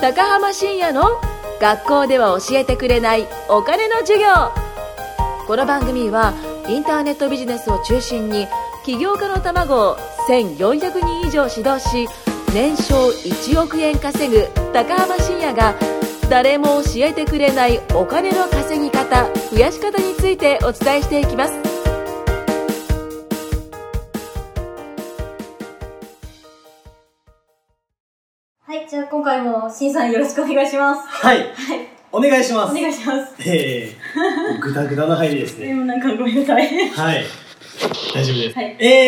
高浜深也の学校では教えてくれないお金の授業。この番組はインターネットビジネスを中心に起業家の卵を1400人以上指導し、年商1億円稼ぐ高浜深也が誰も教えてくれないお金の稼ぎ方、増やし方についてお伝えしていきます。 はい、じゃあ今回もしんさんよろしくお願いします。 はい。お願いします。 お願いします。 ぐだぐだな入りですね。 でもなんかごめんなさい。 はい。大丈夫です。 はい。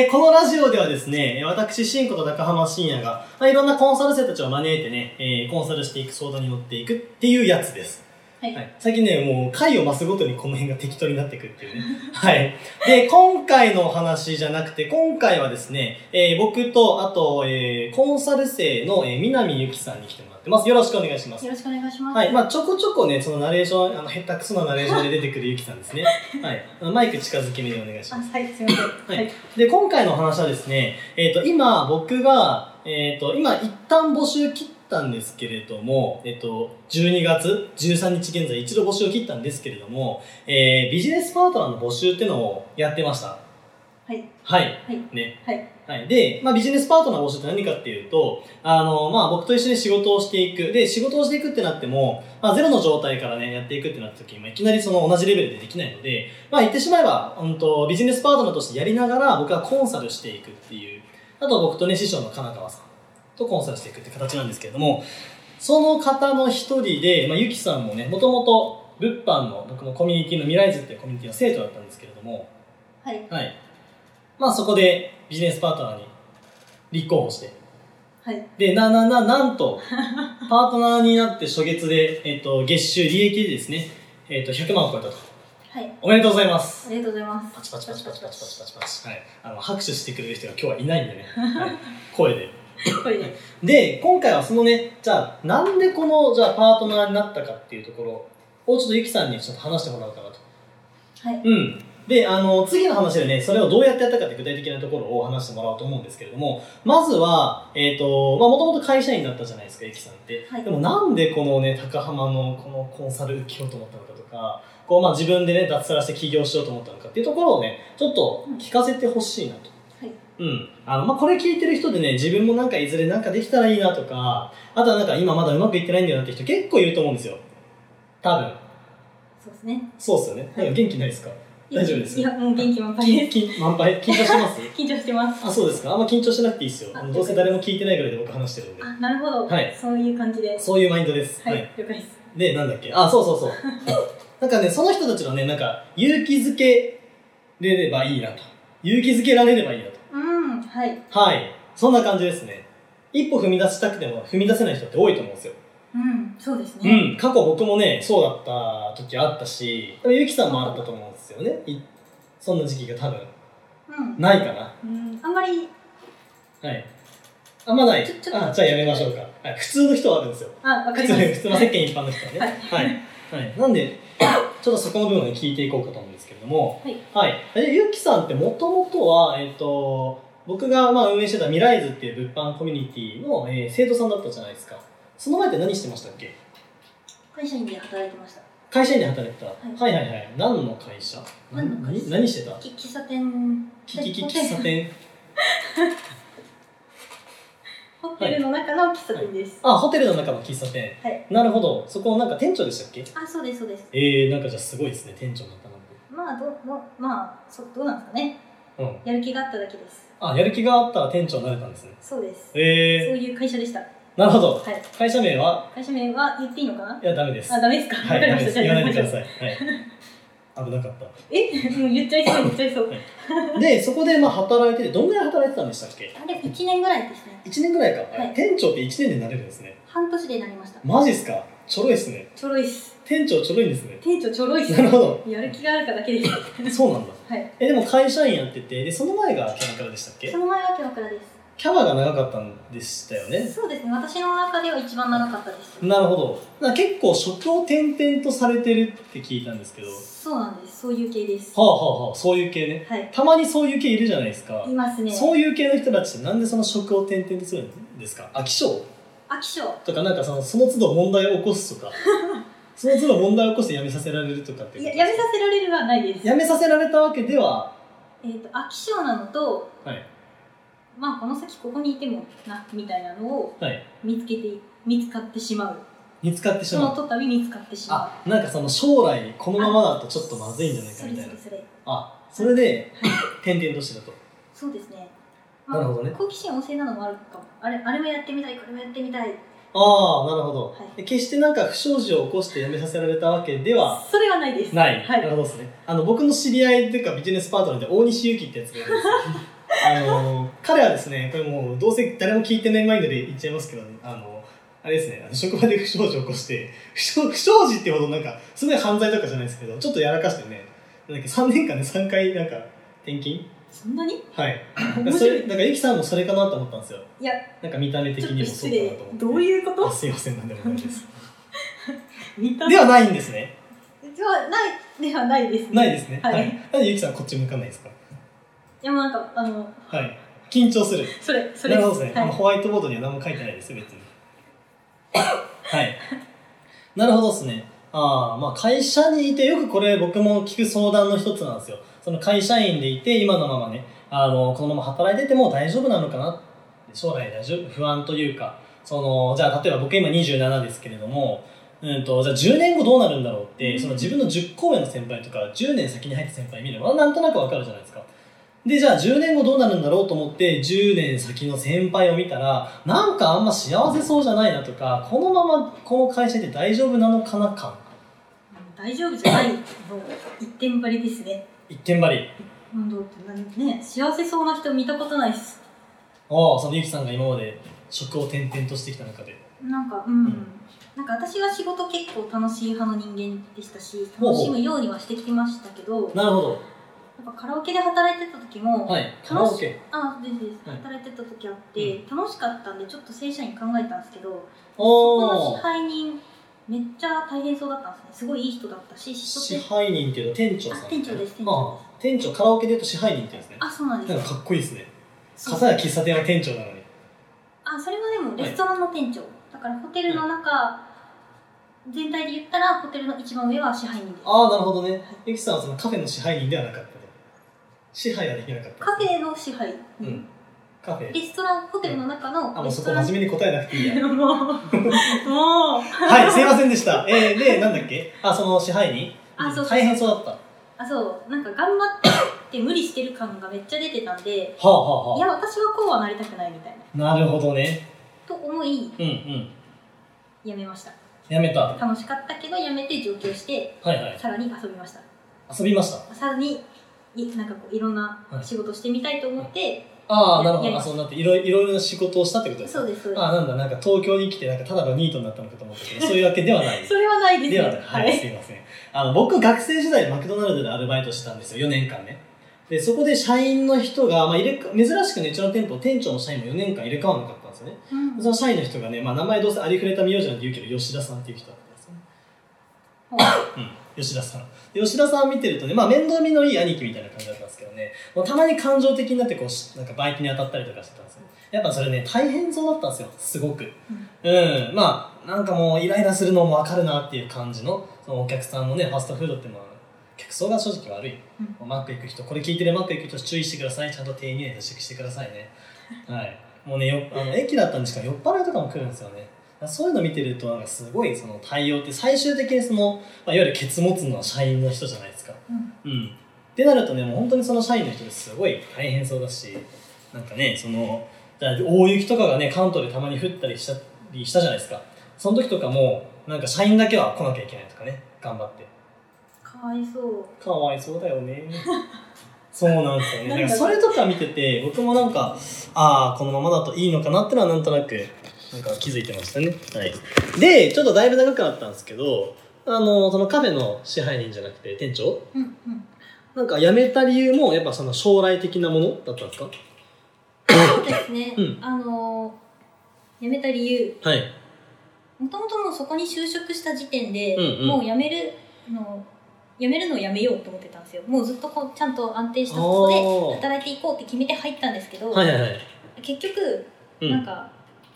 このラジオではですね、私、新こと高浜深也が、いろんなコンサル生たちを招いてね、コンサルしていく、相談に乗っていくっていうやつです。 はい。 はい、最近ね、もう回を増すごとにこの辺が適当になっていくっていうね。はい。で、今回のお話じゃなくて、今回はですね、僕と、あと、コンサル生の、南ゆきさんに来てもらってます。よろしくお願いします。 よろしくお願いします。 はい。まあちょこちょこね、そのナレーション、下手くそなナレーションで出てくるゆきさんですね。はい。マイク近づきめでお願いします。 はい、すいません。 はい。で、今回のお話はですね、今、僕が、今、一旦募集切ったんですけれども、12月13日現在一度募集を切ったんですけれども、ビジネスパートナーの募集っていうのをやってました。 はい。 はい。 はい。 ね。 はい。 はい。で、ビジネスパートナー募集って何かっていうと、僕と一緒に仕事をしていく。で、仕事をしていくってなっても、ゼロの状態からね、やっていくってなった時に、いきなりその同じレベルでできないので、言ってしまえば、ビジネスパートナーとしてやりながら、僕はコンサルしていくっていう。あと僕とね、師匠の金川さんとコンサルしていくって形なんですけれども、その方の一人で、ゆきさんもね、もともと物販の僕のコミュニティの未来図っていうコミュニティの生徒だったんですけれども、 はい。 はい。そこでビジネスパートナーに立候補して。 はい。 で、なんと、パートナーになって初月で、月収利益でですね、100万を超えたと。 はい。 おめでとうございます。 ありがとうございます。 パチパチパチパチパチパチパチパチ。はい。拍手してくれる人が今日はいないんでね。はい。声で。 声で。 で、今回はそのね、じゃあ、なんでこの、じゃあ、パートナーになったかっていうところを、ちょっとゆきさんにちょっと話してもらおうかなと。 はい。 うん。で、次の話でね、それをどうやってやったかって具体的なところを話してもらおうと思うんですけれども、まずは、もともと会社員だったじゃないですか、ゆきさんって。 はい。 でもなんでこのね、高浜のこのコンサル受けようと思ったのかとか、自分でね、脱サラして起業しようと思ったのかっていうところをね、ちょっと聞かせてほしいなと。 はい。 うん。これ聞いてる人でね、自分もなんかいずれなんかできたらいいなとか、あとはなんか今まだうまくいってないんだよなって人結構いると思うんですよ。多分。 そうですね。 そうっすよね。なんか元気ないですか？大丈夫です。 いや、もう元気満杯です。 満杯？緊張してます？ 緊張してます。 あ、そうですか。あんま緊張しなくていいですよ。どうせ誰も聞いてないぐらいで僕話してるんで。 あ、なるほど。 はい。 そういう感じで。 そういうマインドです。 はい。了解です。 で、なんだっけ。あ、そう。なんかね、その人たちのね、なんか、勇気づけれればいいなと。勇気づけられればいいなと。 はい。 はい。そんな感じですね。一歩踏み出したくても踏み出せない人って多いと思うんですよ。 そうですね。 過去僕もね、そうだった時あったし、ゆきさんもあったと思うんですよね。そんな時期が多分。ないかな。 あんまり。 はい。あんまない。じゃあやめましょうか。はい。普通の人はあるんですよ。 わかります。 普通の世間一般の人はね。はい。なんで、ちょっとそこの部分を聞いていこうかと思うんですけれども、はい。ゆきさんってもともとは、僕が運営してた未来図っていう物販コミュニティの、生徒さんだったじゃないですか。その前って何してましたっけ？ 会社員で働いてました。 会社員で働いてた。はい。何の会社？何してた？ 喫茶店。 喫茶店。 ホテルの中の喫茶店です。 あ、ホテルの中の喫茶店。 はい。 なるほど。そこのなんか店長でしたっけ？ あ、そうです。 なんかじゃあすごいですね、店長になったので。 どうなんですかね。やる気があっただけです。 あ、やる気があったら店長になれたんですね。 そうです。そういう会社でした。 なるほど。 はい。 会社名は言っていいのかな？ いや、ダメです。 あ、ダメですか？ はい、ダメです。言わないでください。はい。危なかった。 もう言っちゃいそう。 で、そこで働いてて、どんぐらい働いてたんでしたっけ？ でも1年ぐらいですね。 1年ぐらいか。 はい。 店長って1年でなれるんですね。 半年でなりました。 マジっすか？ちょろいっすね。 ちょろいっす。 店長ちょろいんですね。 店長ちょろいっす。 なるほど。 やる気があるかだけです。 そうなんだ。 はい。 でも会社員やってて、で、その前がキャバクラでしたっけ？ その前はキャバクラです。 キャバが長かったんでしたよね。 そうですね。私の中では一番長かったです。 なるほど。結構職を転々とされてるって聞いたんですけど。 そうなんです。そういう系です。 そういう系ね。 はい。 たまにそういう系いるじゃないですか。 いますね。 そういう系の人たちってなんでその職を転々とするんですか？飽き性？ 飽き性とか、なんかその都度問題を起こすとかその都度問題を起こして辞めさせられるとかっていう。 いや、辞めさせられるはないです。 辞めさせられたわけでは、 飽き性なのと、 はい、 まあこの先ここにいてもなみたいなのをはい、 見つかってしまう。 見つかってしまう。 その度見つかってしまう。 あ、なんかその将来このままだとちょっとまずいんじゃないかみたいな。それで転々としてたと。 そうですね。 なるほどね。 好奇心旺盛なのもあるかも。あれもやってみたい、これもやってみたい。 ああ、なるほど、 はい、 決してなんか不祥事を起こして辞めさせられたわけではそれはないです。 ない。 はい、 なるほどですね。僕の知り合いというかビジネスパートナーで大西ゆきってやつがいるんですよ彼はですね、これもうどうせ誰も聞いてないマインドで言っちゃいますけど、ね、あれですね、職場で不祥事を起こして不祥事ってほどなんかすごい犯罪とかじゃないですけど、ちょっとやらかしてね、なんか3年間で3回なんか転勤。 そんなに？ はい。それなんかゆきさんもそれかなと思ったんですよ。 いや、 なんか見た目的にもそうかなと思って。 どういうこと？ すいません、なんでもないです見たではないんですね。 ではないですね。 ないですね。 はい。 はい、なんでゆきさんこっち向かないですか？ いや、もうなんかはい。緊張する。 それなるほどですね。 はい、 ホワイトボードには何も書いてないですよ、別に。はい。なるほどですね。まあ会社にいて、よくこれ僕も聞く相談の一つなんですよ。その会社員でいて、今のままね、このまま働いてても大丈夫なのかな、将来大丈夫、不安というか、じゃあ例えば僕今27ですけれども、じゃあ10年後どうなるんだろうって、その自分の10個上の先輩とか10年先に入った先輩見ればなんとなくわかるじゃないですか。で、じゃあ10年後どうなるんだろうと思って10年先の先輩を見たら、なんかあんま幸せそうじゃないなとか、このままこの会社で大丈夫なのかな感。 大丈夫じゃないの一点張りですね。 一点張り。 ね、幸せそうな人見たことないです。 そのゆきさんが今まで職を転々としてきた中で。 なんか私は仕事結構楽しい派の人間でしたし、楽しむようにはしてきましたけど。 なるほど。 やっぱカラオケで働いてた時も、 はい、カラオケ働いてた時あって、楽しかったんでちょっと正社員考えたんですけど、そこの支配人めっちゃ大変そうだったんですね。すごいいい人だったし、 支配人っていうと店長さん。 店長です。 店長、カラオケでいうと支配人って言うんですね。 そうなんです。 なんかかっこいいですね。傘や喫茶店は店長なのに。 それはでもレストランの店長、だからホテルの中、全体で言ったらホテルの一番上は支配人です。 なるほどね。ゆきさんはそのカフェの支配人ではなかったと。支配はできなかった。 カフェの支配。 カフェ。 レストラン、ホテルの中の。 もうそこ真面目に答えなくていいや。 もう。 はい、すいませんでした。で、なんだっけ？その支配人？ そう。 大変そうだった。 なんか頑張って無理してる感がめっちゃ出てたんで、いや、私はこうはなりたくないみたいな。 なるほどね。 と思い、やめました。 やめた。 楽しかったけどやめて上京して、さらに遊びました。 遊びました。 さらになんかこういろんな仕事してみたいと思って、 なるほど。そうなっていろいろな仕事をしたってことですか？ そうです、そうです。 なんか東京に来てなんかただのニートになったのかと思ったけど、そういうわけではない。 それはないです。 ではない。はい、すいません。僕学生時代マクドナルドでアルバイトしてたんですよ、4年間ね。で、そこで社員の人が、珍しくね、うちの店舗、店長の社員も4年間入れ替わらなかったんですよね。その社員の人がね、名前どうせありふれた名字なんて言うけど、吉田さんっていう人だったんですよね。吉田さん。吉田さん見てるとね、面倒見のいい兄貴みたいな感じだったんですけどね、もうたまに感情的になってなんかバイクに当たったりとかしてたんですよ。やっぱそれね、大変そうだったんですよ、すごく。なんかもうイライラするのもわかるなっていう感じの、そのお客さんのね、ファストフードって客層が正直悪い。マック行く人、これ聞いてるマック行く人注意してください。ちゃんと丁寧に接触してくださいね。はい。もうね、駅だったんでしか酔っ払いとかも来るんですよね。そういうの見てると、なんかすごいその対応って最終的にいわゆるケツ持つのは社員の人じゃないですか。ってなるとね、もう本当にその社員の人ですごい大変そうだし、なんかね、大雪とかがね、関東でたまに降ったりしたじゃないですか。その時とかも、なんか社員だけは来なきゃいけないとかね、頑張って。 かわいそう。 かわいそうだよね。そうなんですよね。なんかそれとか見てて、僕もなんか、このままだといいのかなってのはなんとなく、なんか気づいてましたね。はい。で、ちょっとだいぶ長くなったんですけど、そのカフェの支配人じゃなくて店長、なんか辞めた理由もやっぱその将来的なものだったんですか？ そうですね。辞めた理由。 はい。 もともともうそこに就職した時点で、もう辞めるのをやめようと思ってたんですよ。もうずっとちゃんと安定したところで働いていこうって決めて入ったんですけど、結局、なんか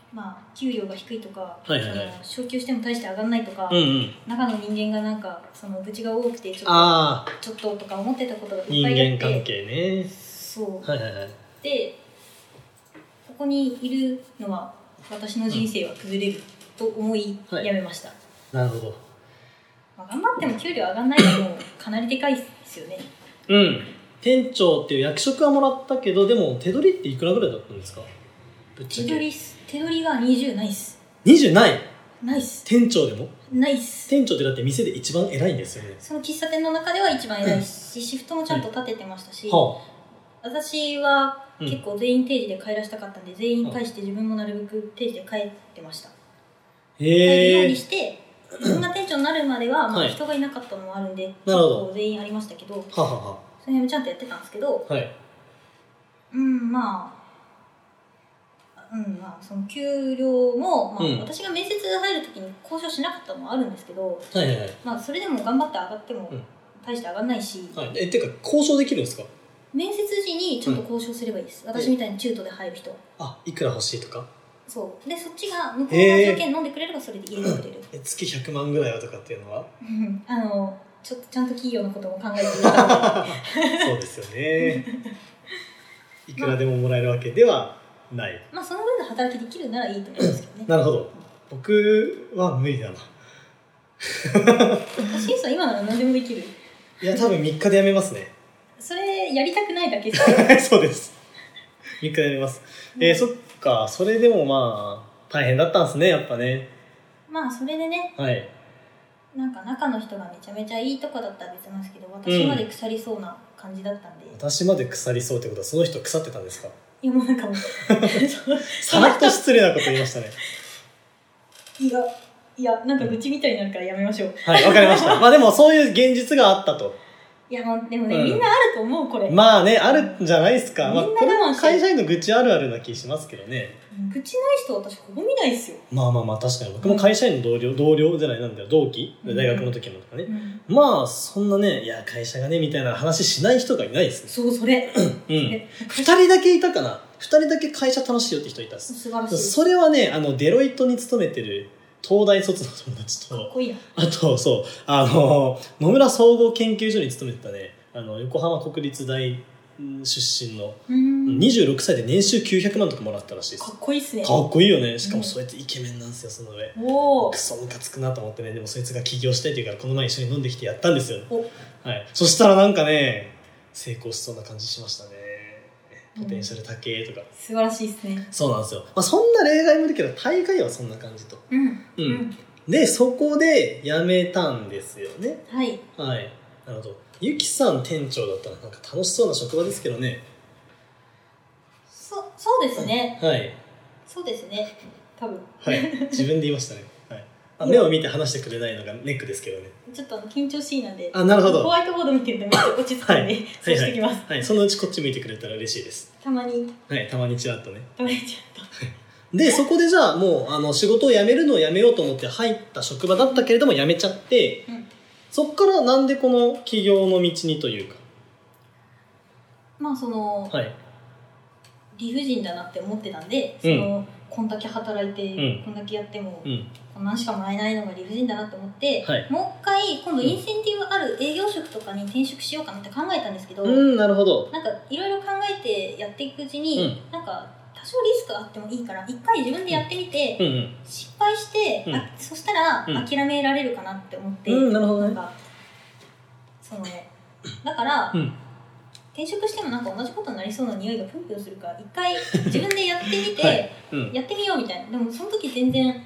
まあ、給料が低いとか、 はいはいはい昇給しても大して上がらないとか、 うんうん、 中の人間がなんかその愚痴が多くてちょっととか思ってたことがいっ人ぱいあって、 間関係ね。 そう、 はいはいはい。 でここにいるのは私の人生は崩れると思いはいやめました、 なるほど。 まあ、頑張っても給料上がらないのもかなりでかいですよね。 うん。店長っていう役職はもらったけど、でも手取りっていくらぐらいだったんですか？ぶっちゃけ。 手取りが20ないっす。 20ない？ ないっす。 店長でも？ ないっす。 店長ってだって店で一番偉いんですよね。 その喫茶店の中では一番偉いし、シフトもちゃんと立ててましたし、 は私は結構全員定時で帰らしたかったんで、全員返して自分もなるべく定時で帰ってました。帰るようにして、自分が店長になるまでは、まあ、人がいなかったのもあるんで、結構全員ありましたけど、 ははは。 その辺もちゃんとやってたんですけど、 はい。 まあ、その給料も、まあ私が面接入るときに交渉しなかったのもあるんですけど、 はいはいはい。 まあ、それでも頑張って上がっても、大して上がんないし、 はい。てか、交渉できるんですか？ 面接時にちょっと交渉すればいいです。私みたいに中途で入る人は。 あ、いくら欲しいとか？ そう。で、そっちが向こうが条件飲んでくれればそれで入れてくれる。 月100万ぐらいはとかっていうのは？ ちょっとちゃんと企業のことも考えてみたそうですよね。いくらでももらえるわけではない。 まあ、その分で働きできるならいいと思いますけどね。 なるほど。僕は無理だな。 シンさん今なら何でもできる。 いや、多分3日で辞めますね。 それやりたくないだけですそうです。3日で辞めます。そっか、それでもまあ大変だったんですね、やっぱね。 まあそれでね、 はい。 なんか中の人がめちゃめちゃいいとこだったら別なんですけど、私まで腐りそうな感じだったんで、 私まで腐りそうってことはその人腐ってたんですか？ いや、もうなんかもうさらっと失礼なこと言いましたね。 いや、なんか愚痴みたいになるからやめましょう。 はい、わかりました。まあでもそういう現実があったと。 いや、でもね、みんなあると思う、これ。 まあね、あるんじゃないですか。 みんなこれは会社員の愚痴あるあるな気しますけどね。 愚痴ない人私ほぼ見ないですよ。 まあ確かに僕も会社員の同僚じゃないなんだよ、同期、大学の時のとかね、まあそんなね、いや会社がねみたいな話しない人がいないですね。 そう、それ 2人だけいたかな。2人だけ会社楽しいよって人いたんです。 素晴らしい。 それはね、デロイトに勤めてる東大卒の友達と、 かっこいいな。 あとそう野村総合研究所に勤めてたね、横浜国立大出身の26歳で年収900万とかもらったらしいです。 かっこいいっすね。 かっこいいよね。しかもそいつイケメンなんですよ、その上。クソムカつくなと思ってね。でもそいつが起業したいっていうからこの前一緒に飲んできてやったんですよ、はい。そしたらなんかね、成功しそうな感じしましたね。ポテンシャル高えとか、 素晴らしいですね。 そうなんですよ。まあ、そんな例外もいるけど大概はそんな感じと。でそこで辞めたんですよね。はい。なるほど。ゆきさん店長だったらなんか楽しそうな職場ですけどね。 そうですね。 はい。 そうですね。多分。 はい。自分で言いましたね。はい。目を見て話してくれないのがネックですけどね。 ちょっと緊張しいなんで。 なるほど。 ホワイトボード見てるとめっちゃ落ち着くんで、そうしてきます。 はい。そのうちこっち向いてくれたら嬉しいです。 たまに。 はい。たまにちらっとね。 たまにちらっと。 でそこでじゃあもう仕事を辞めるのをやめようと思って入った職場だったけれども辞めちゃって、そっからなんでこの起業の道にというか。 まあ理不尽だなって思ってたんで、こんだけ働いて、こんだけやっても、こんなんしかもらえないのが理不尽だなと思って、もう一回今度インセンティブある営業職とかに転職しようかなって考えたんですけど、 なるほど。 なんかいろいろ考えてやっていくうちに、なんか多少リスクあってもいいから一回自分でやってみて、失敗して、そしたら諦められるかなって思って、 なるほどね。 だから、転職してもなんか同じことになりそうな匂いがプンプンするから一回自分でやってみて、やってみようみたいな。でもその時全然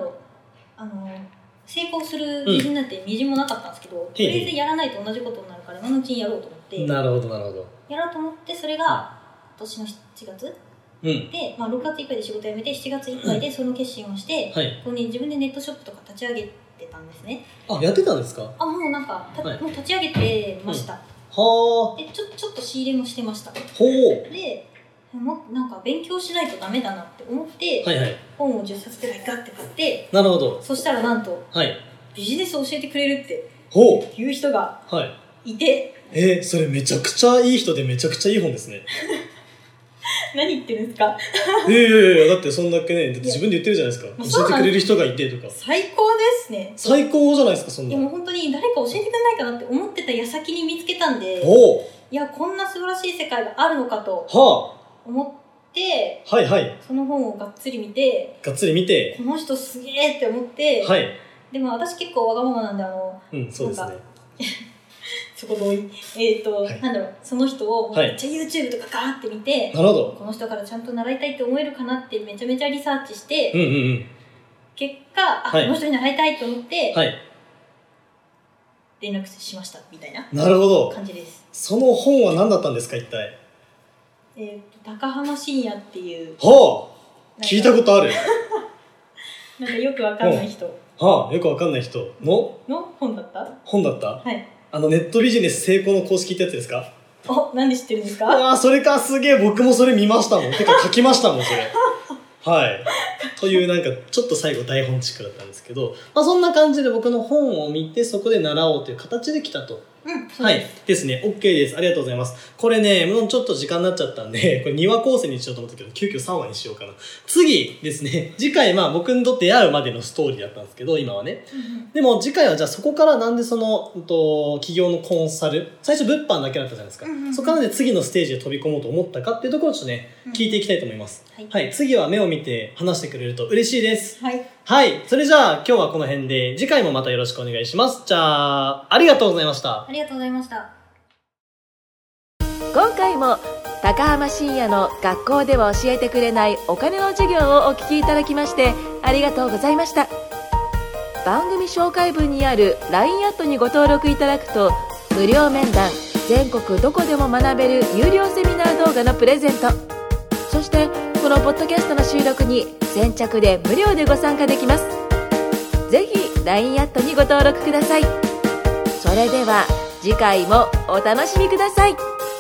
成功する自信なんてみじんもなかったんですけど、とりあえずやらないと同じことになるから今のうちにやろうと思って、 なるほどなるほど、 やろうと思って、それが今年の7月で、6月いっぱいで仕事辞めて7月いっぱいでその決心をして、ここに自分でネットショップとか立ち上げてたんですね。 やってたんですか？ もうなんかもう立ち上げてました。でちょっと仕入れもしてました。でなんか勉強しないとダメだなって思って、本を10冊くらいガッて買って、 なるほど。 そしたらなんと、ビジネスを教えてくれるっていう人がいて、 それめちゃくちゃいい人でめちゃくちゃいい本ですね。 何言ってるんですか？ いや、だってそんだけね、だって自分で言ってるじゃないですか。教えてくれる人がいてとか。 最高ですね。 最高じゃないですか、そんな。 でも本当に誰か教えてくれないかなって思ってた矢先に見つけたんで、 おいや、こんな素晴らしい世界があるのかと思って、 はいはい。 その本をがっつり見て、 がっつり見て、 この人すげえって思って、 はい。 でも私結構わがままなんで、 そうですね。 そこ同意。なんだろう、その人をめっちゃ YouTube とかガーって見て、 なるほど。 この人からちゃんと習いたいって思えるかなってめちゃめちゃリサーチして、結果、この人に習いたいと思って、連絡しましたみたいな感じです。 その本は何だったんですか、一体。 高浜深也っていう。 聞いたことある。 なんかよくわかんない人。 よくわかんない人の本だった？ 本だった？ はい。 ネットビジネス成功の公式ってやつですか？ なんで知ってるんですか？ それか、すげえ、僕もそれ見ましたもん。てか書きましたもん、それ。はい。というなんか、ちょっと最後台本チックだったんですけど、そんな感じで僕の本を見て、そこで習おうという形で来たと。はい。ですね。OK です。ありがとうございます。これね、ちょっと時間になっちゃったんで、これ2話構成にしようと思ったけど、急遽3話にしようかな。次ですね。次回、僕と出会うまでのストーリーだったんですけど、今はね。でも次回はじゃあそこからなんでその、企業のコンサル、最初物販だけだったじゃないですか。そこからで次のステージで飛び込もうと思ったかっていうところをちょっとね、聞いていきたいと思います。はい。次は目を見て話してくれると嬉しいです。 はい。 はい。それじゃあ今日はこの辺で、次回もまたよろしくお願いします。じゃあ、ありがとうございました。 ありがとうございました。 今回も高浜深也の学校では教えてくれないお金の授業をお聞きいただきましてありがとうございました。番組紹介文にある LINE アットにご登録いただくと無料面談、全国どこでも学べる有料セミナー動画のプレゼント、そしてこのポッドキャストの収録に先着で無料でご参加できます。ぜひ LINE アットにご登録ください。それでは次回もお楽しみください。